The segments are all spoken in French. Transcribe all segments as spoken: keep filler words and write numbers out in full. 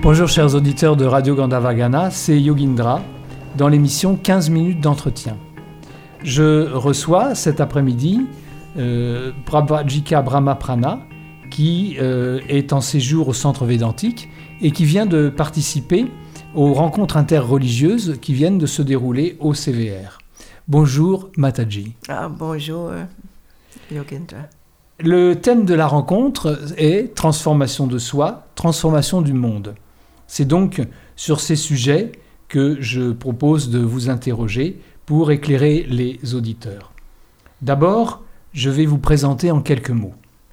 Bonjour chers auditeurs de Radio Gandavagana, c'est Yogindra dans l'émission quinze minutes d'entretien. Je reçois cet après-midi euh, Pravajika Brahmaprana qui euh, est en séjour au centre védantique et qui vient de participer aux rencontres interreligieuses qui viennent de se dérouler au C V R. Bonjour Mataji. Ah, bonjour Yogindra. Le thème de la rencontre est transformation de soi, transformation du monde. C'est donc sur ces sujets que je propose de vous interroger pour éclairer les auditeurs. D'abord, je vais vous présenter en quelques mots.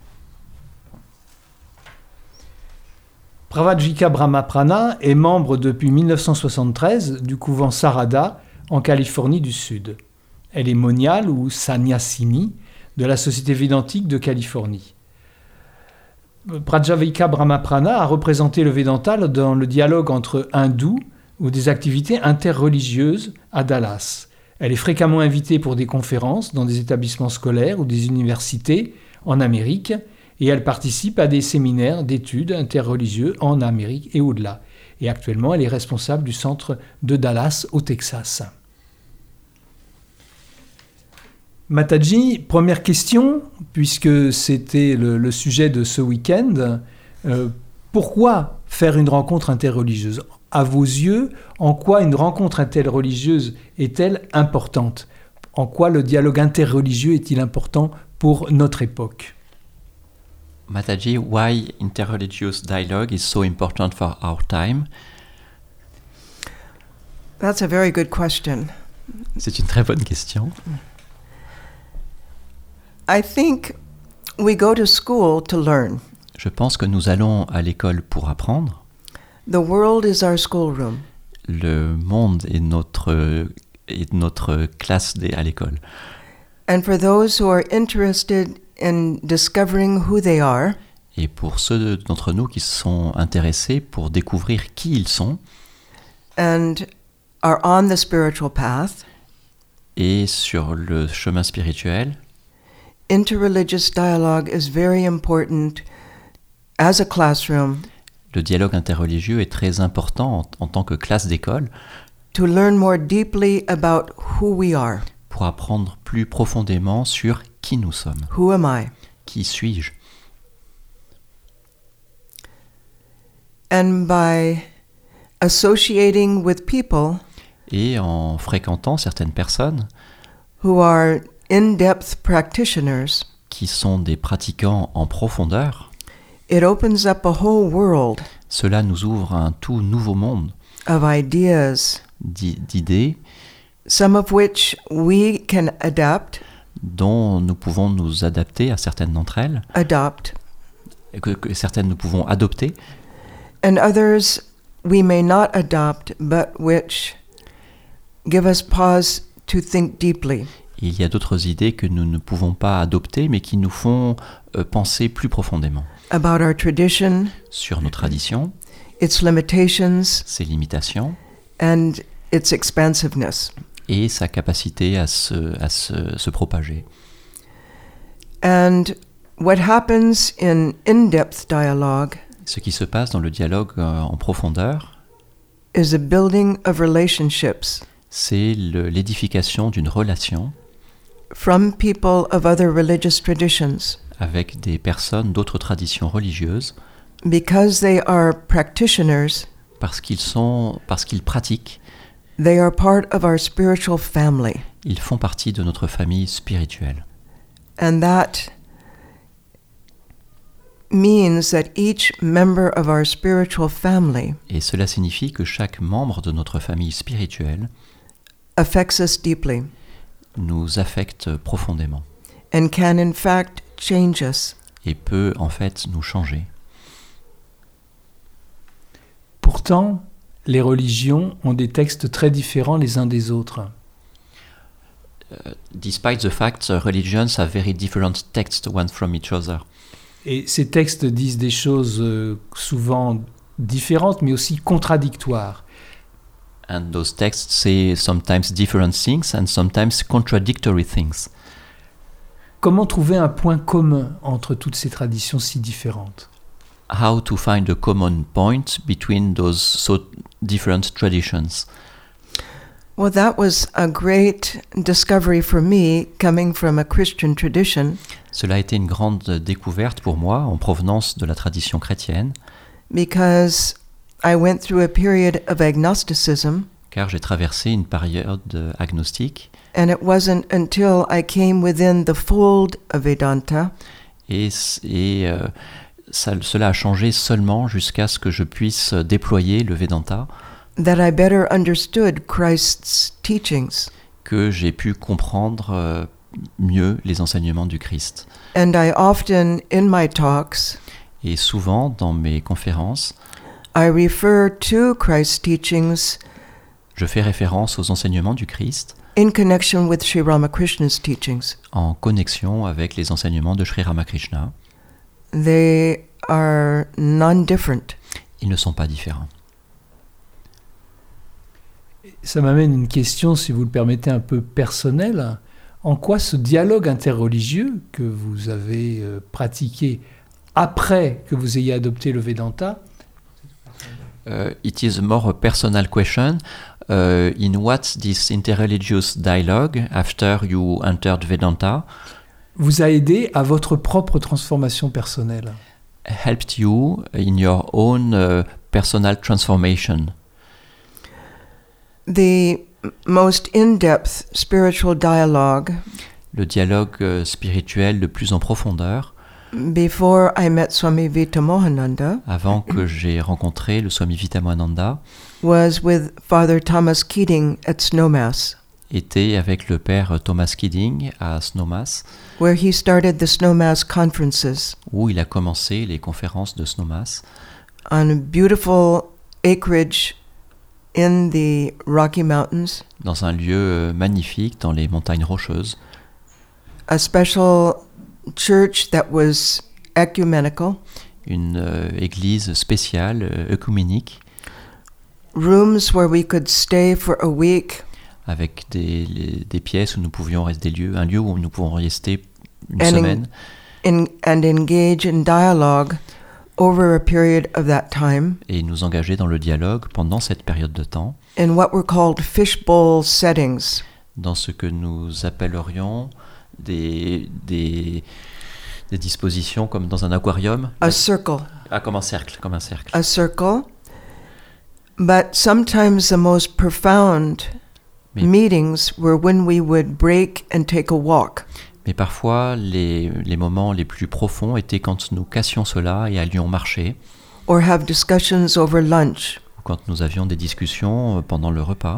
Pravajika Brahmaprana est membre depuis dix-neuf cent soixante-treize du couvent Sarada en Californie du Sud. Elle est moniale ou sannyasini de la Société védantique de Californie. Pravajika Brahmaprana a représenté le Vedanta dans le dialogue entre hindous ou des activités interreligieuses à Dallas. Elle est fréquemment invitée pour des conférences dans des établissements scolaires ou des universités en Amérique et elle participe à des séminaires d'études interreligieux en Amérique et au-delà. Et actuellement, elle est responsable du centre de Dallas au Texas. Mataji, première question, puisque c'était le, le sujet de ce week-end. Euh, pourquoi faire une rencontre interreligieuse ? À vos yeux, en quoi une rencontre interreligieuse est-elle importante ? En quoi le dialogue interreligieux est-il important pour notre époque ? Mataji, why interreligious dialogue is so important for our time? That's a very good question. C'est une très bonne question. I think we go to school to learn. Je pense que nous allons à l'école pour apprendre. The world is our schoolroom. Le monde est notre, est notre classe à l'école. And for those who are interested in discovering who they are, et pour ceux d'entre nous qui sont intéressés pour découvrir qui ils sont, and are on the spiritual path, et sur le chemin spirituel, interreligious dialogue is very important as a classroom. Le dialogue interreligieux est très important en, en tant que classe d'école. To learn more deeply about who we are. Pour apprendre plus profondément sur qui nous sommes. Who am I? Qui suis-je? And by associating with people, et en fréquentant certaines personnes who are in-depth practitioners, qui sont des pratiquants en profondeur, it opens up a whole world. Cela nous ouvre un tout nouveau monde of ideas, d'idées, some of which we can adapt, dont nous pouvons nous adapter à certaines d'entre elles, adopt, que, que certaines nous pouvons adopter, and others we may not adopt, but which give us pause to think deeply. Il y a d'autres idées que nous ne pouvons pas adopter, mais qui nous font euh, penser plus profondément. About our tradition, sur nos traditions, its limitations, ses limitations, and its expansiveness. Et sa capacité à se, à se, se propager. And what happens in in-depth dialogue, ce qui se passe dans le dialogue euh, en profondeur, is a building of relationships. C'est le, l'édification d'une relation from people of other religious traditions. Avec des personnes d'autres traditions religieuses. Because they are practitioners. Parce qu'ils sont, parce qu'ils pratiquent. They are part of our spiritual family. Ils font partie de notre famille spirituelle. And that means that each member of our spiritual family. Et cela signifie que chaque membre de notre famille spirituelle affects us deeply. Nous affecte profondément. And can in fact change us. Et peut en fait nous changer. Pourtant, les religions ont des textes très différents les uns des autres. Uh, despite the fact uh, religions have very different texts one from each other. Et ces textes disent des choses euh, souvent différentes, mais aussi contradictoires. And those texts say sometimes different things and sometimes contradictory things. Comment trouver un point commun entre toutes ces traditions si différentes ? how to find a common point between those so different traditions. Well, that was a great discovery for me coming from a Christian tradition, Cela a été une grande découverte pour moi en provenance de la tradition chrétienne, because I went through a period of agnosticism, car j'ai traversé une période agnostique and it wasn't until I came within the fold of Vedanta et, et euh, ça, cela a changé seulement jusqu'à ce que je puisse déployer le Vedanta, that I better understood Christ's teachings. que j'ai pu comprendre euh, mieux les enseignements du Christ. And I often, in my talks, Et souvent, dans mes conférences, I refer to Christ's teachings je fais référence aux enseignements du Christ in connection with Sri Ramakrishna's teachings. en connexion avec les enseignements de Sri Ramakrishna. They are non-different. Ils ne sont pas différents. Ça m'amène une question, si vous le permettez, un peu personnelle. En quoi ce dialogue interreligieux que vous avez euh, pratiqué après que vous ayez adopté le Vedanta, Uh, it is more a personal question. Uh, in what this interreligious dialogue, after you entered Vedanta, vous a aidé à votre propre transformation personnelle? helped you in your own uh, personal transformation? The most in-depth spiritual dialogue Le dialogue uh, spirituel le plus en profondeur, before I met Swami Vitamohananda avant que j'ai rencontré le Swami Vitamohananda, was with Father Thomas Keating at Snowmass, était avec le père Thomas Keating à Snowmass, where he started the Snowmass conferences où il a commencé les conférences de Snowmass, on a beautiful acreage in the Rocky Mountains, dans un lieu euh, magnifique dans les montagnes rocheuses, a special church that was ecumenical, une euh, église spéciale, euh, œcuménique, rooms where we could stay for a week, avec des, les- des pièces où nous pouvions rester, des lieux, un lieu où nous pouvons rester une And in- semaine in, and engage in dialogue over a period of that time et nous engager dans le dialogue pendant cette période de temps, in what were called fishbowl settings. dans ce que nous appellerions des, des, des dispositions comme dans un aquarium, A circle, ah, comme un cercle, comme un cercle. a circle. But sometimes the most profound Mais- meetings were when we would break and take a walk. Mais parfois, les, les moments les plus profonds étaient quand nous cassions cela et allions marcher, Or have discussions over lunch. ou quand nous avions des discussions euh, pendant le repas.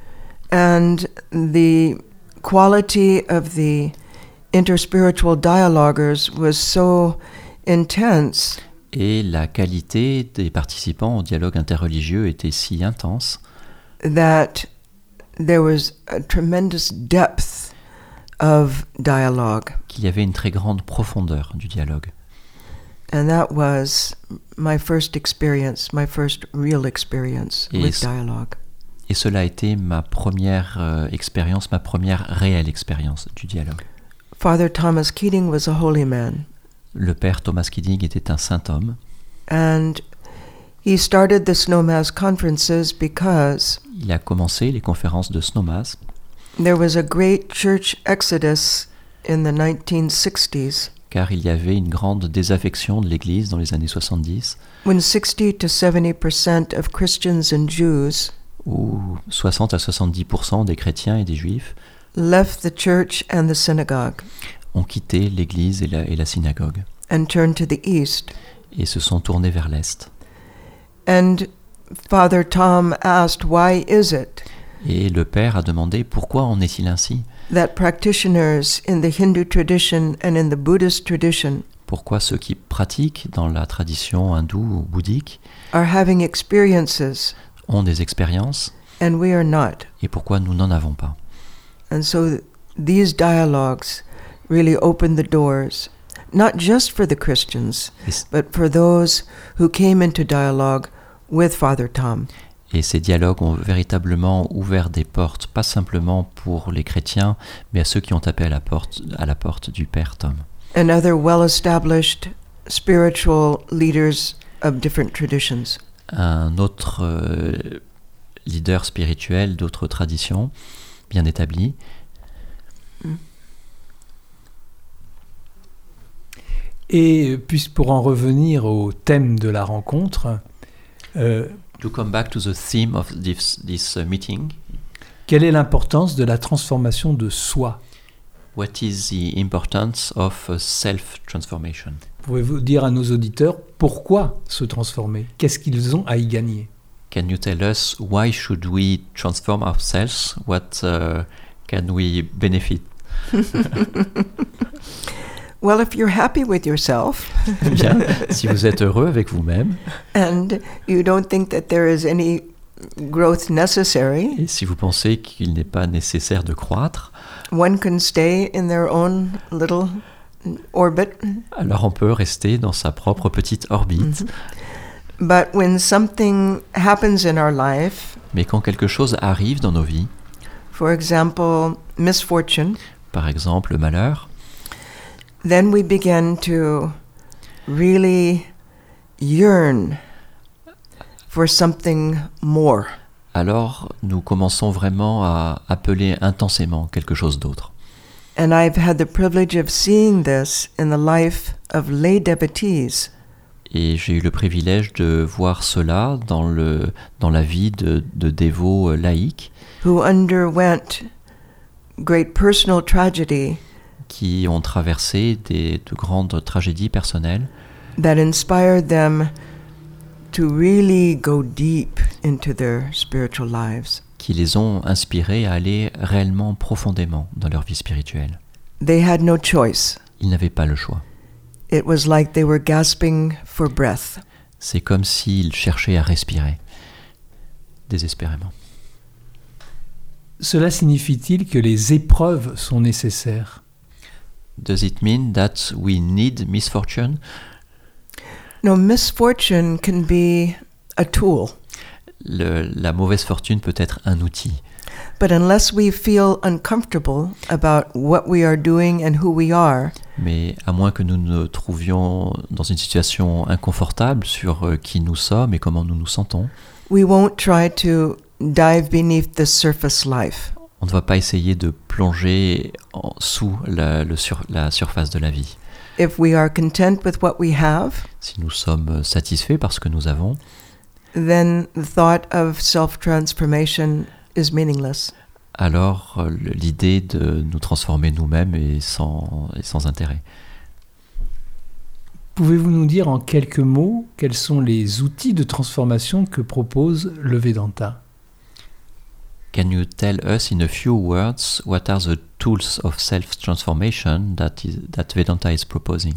And the quality of the interspiritual dialoguers was so intense Et la qualité des participants au dialogue interreligieux était si intense that there was a tremendous depth of dialogue. qu'il y avait une très grande profondeur du dialogue. And that was my first experience, my first real experience with Yes. dialogue. Et cela a été ma première euh, expérience, ma première réelle expérience du dialogue. Father Thomas Keating was a holy man, Le père Thomas Keating était un saint homme. and he started the Snowmass conferences because Il a commencé les conférences de Snowmass there was a great church exodus in the nineteen sixties car il y avait une grande désaffection de l'Église dans les années soixante-dix, when sixty to seventy percent of Christians and Jews où soixante à soixante-dix pour cent des chrétiens et des juifs left the church and the synagogue ont quitté l'Église et la, et la synagogue and turned to the east. et se sont tournés vers l'Est. And Father Tom asked, why is it Et le père a demandé pourquoi en est-il ainsi? that practitioners in the Hindu tradition and in the Buddhist tradition Pourquoi ceux qui pratiquent dans la tradition hindoue ou bouddhique are having experiences ont des expériences and we are not? et pourquoi nous n'en avons pas? And so th- these dialogues really opened the doors, not just for the Christians, Et, c- but for those who came into dialogue with Father Tom. et ces dialogues ont véritablement ouvert des portes, pas simplement pour les chrétiens, mais à ceux qui ont tapé à la porte, à la porte du père Tom. And other well-established spiritual leaders of different traditions. Un autre euh, leader spirituel d'autres traditions bien établies. Et puis pour en revenir au thème de la rencontre, euh, To come back to the theme of this, this uh, meeting, quelle est l'importance de la transformation de soi? what is the importance of uh, self-transformation? Pouvez-vous dire à nos auditeurs pourquoi se transformer? Qu'est-ce qu'ils ont à y gagner? Can you tell us why should we transform ourselves? What uh, can we benefit? Well, if you're happy with yourself Bien, si vous êtes heureux avec vous-même and you don't think that there is any growth necessary, et si vous pensez qu'il n'est pas nécessaire de croître, one can stay in their own little orbit. alors on peut rester dans sa propre petite orbite. But when something happens in our life, Mais quand quelque chose arrive dans nos vies, for example, misfortune, par exemple le malheur, then we begin to really yearn for something more. alors nous commençons vraiment à appeler intensément quelque chose d'autre. And I've had the privilege of seeing this in the life of lay devotees Et j'ai eu le privilège de voir cela dans, le, dans la vie de, de dévots euh, laïcs who underwent great personal tragedy qui ont traversé des, de grandes tragédies personnelles that inspired them to really go deep into their spiritual lives. qui les ont inspirés à aller réellement profondément dans leur vie spirituelle. They had no choice. Ils n'avaient pas le choix. It was like they were gasping for breath. C'est comme s'ils cherchaient à respirer, désespérément. Cela signifie-t-il que les épreuves sont nécessaires? Does it mean that we need misfortune? No, misfortune can be a tool, Le, la mauvaise fortune peut être un outil. but unless we feel uncomfortable about what we are doing and who we are, Mais à moins que nous nous trouvions dans une situation inconfortable sur euh, qui nous sommes et comment nous nous sentons, we won't try to dive beneath the surface life. on ne va pas essayer de plonger en, sous la, le sur, la surface de la vie. If we are content with what we have, Si nous sommes satisfaits par ce que nous avons, then the thought of self-transformation is meaningless. alors euh, l'idée de nous transformer nous-mêmes est sans, est sans intérêt. Pouvez-vous nous dire en quelques mots quels sont les outils de transformation que propose le Vedanta? Can you tell us in a few words what are the tools of self-transformation that, is, that Vedanta is proposing?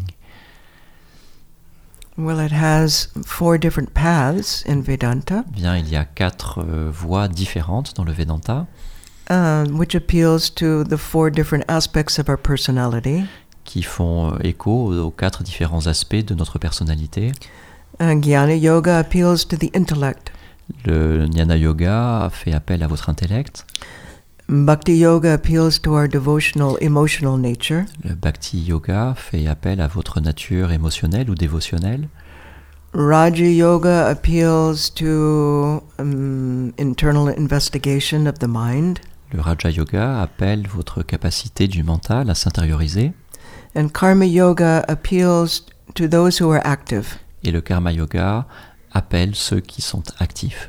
Well, it has four different paths in Vedanta, Bien, il y a quatre euh, voies différentes dans le Vedanta um, which appeals to the four different aspects of our personality. qui font euh, écho aux quatre différents aspects de notre personnalité. Uh, Jnana Yoga appeals to the intellect. Le Jnana Yoga fait appel à votre intellect. Bhakti Yoga appeals to our devotional, emotional nature. Le Bhakti Yoga fait appel à votre nature émotionnelle ou dévotionnelle. Raja Yoga appeals to um, internal investigation of the mind. Le Raja Yoga appelle votre capacité du mental à s'intérioriser. And Karma Yoga appeals to those who are active. Et le Karma Yoga appelle ceux qui sont actifs.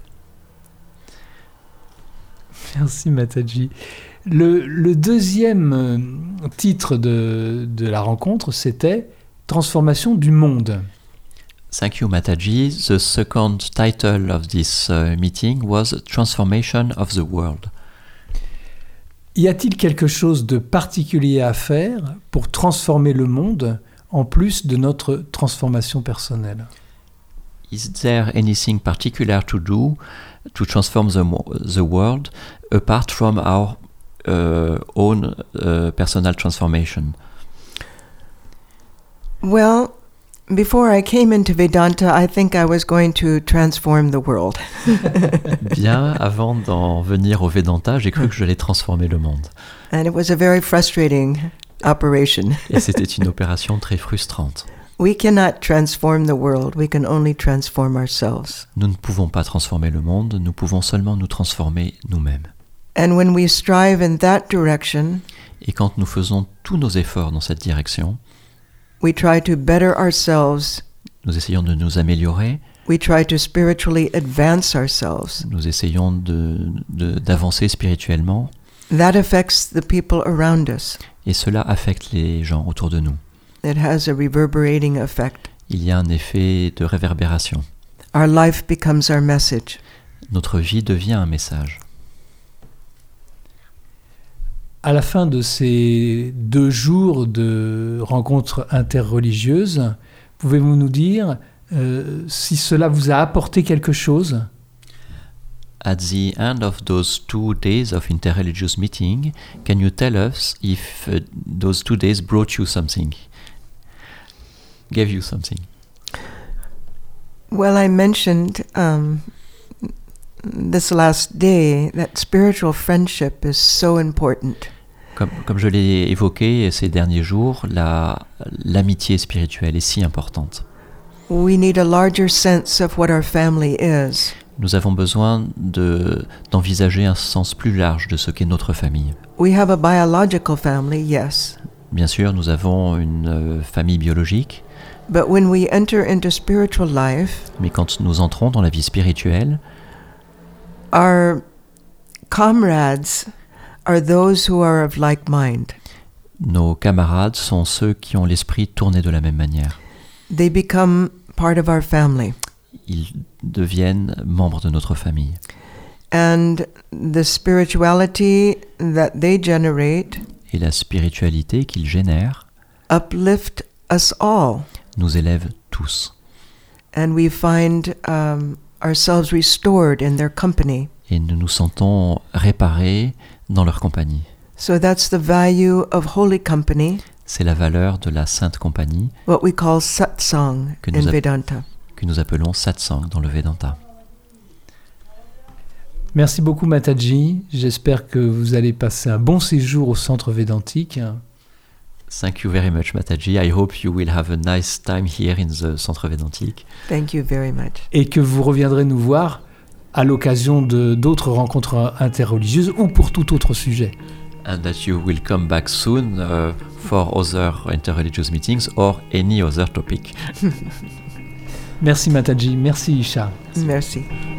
Merci Mataji. Le, le deuxième euh, titre de, de la rencontre, c'était « Transformation du monde ». Thank you, Mataji. The second title of this uh, meeting was Transformation of the World. Y a-t-il quelque chose de particulier à faire pour transformer le monde en plus de notre transformation personnelle? Is there anything particular to do to transform the, mo- the world apart from our uh, own uh, personal transformation? Well, before I came into Vedanta, I think I was going to transform the world. Bien, avant d'en venir au Vedanta, j'ai cru que j'allais transformer le monde. And it was a very frustrating operation. Et c'était une opération très frustrante. We cannot transform the world. We can only transform ourselves. Nous ne pouvons pas transformer le monde, nous pouvons seulement nous transformer nous-mêmes. And when we strive in that direction, Et quand nous faisons tous nos efforts dans cette direction, we try to better ourselves. nous essayons de nous améliorer, We try to spiritually advance ourselves. nous essayons de, de, d'avancer spirituellement, That affects the people around us. et cela affecte les gens autour de nous. It has a reverberating effect. Il y a un effet de réverbération. Our life becomes our message. Notre vie devient un message. À la fin de ces deux jours de rencontres interreligieuses, pouvez-vous nous dire euh, si cela vous a apporté quelque chose ? At the end of those two days of interreligious meeting, can you tell us if uh, those two days brought you something? Gave you something? Well, I mentioned um, this last day that spiritual friendship is so important. Comme, comme je l'ai évoqué ces derniers jours, la, l'amitié spirituelle est si importante. We need a larger sense of what our family is. Nous avons besoin de, d'envisager un sens plus large de ce qu'est notre famille. We have a biological family, yes. Bien sûr, nous avons une euh, famille biologique, But when we enter into spiritual life, mais quand nous entrons dans la vie spirituelle, our comrades are those who are of like mind. nos camarades sont ceux qui ont l'esprit tourné de la même manière. They become part of our family. Ils deviennent membres de notre famille. And the spirituality that they generate Et la spiritualité qu'ils génèrent uplift us all. nous élève tous. And we find um, ourselves restored in their company. Et nous nous sentons réparés dans leur compagnie. So that's the value of holy company, C'est la valeur de la sainte compagnie what we call satsang Que in nous a- Vedanta. que nous appelons satsang dans le Vedanta. Merci beaucoup Mataji, j'espère que vous allez passer un bon séjour au centre védantique Thank you very much, Mataji. I hope you will have a nice time here in the Centre Védantique. Thank you very much. et que vous reviendrez nous voir à l'occasion de, d'autres rencontres interreligieuses ou pour tout autre sujet. And that you will come back soon uh, for other interreligious meetings or any other topic. Merci Mataji, merci Isha. Merci.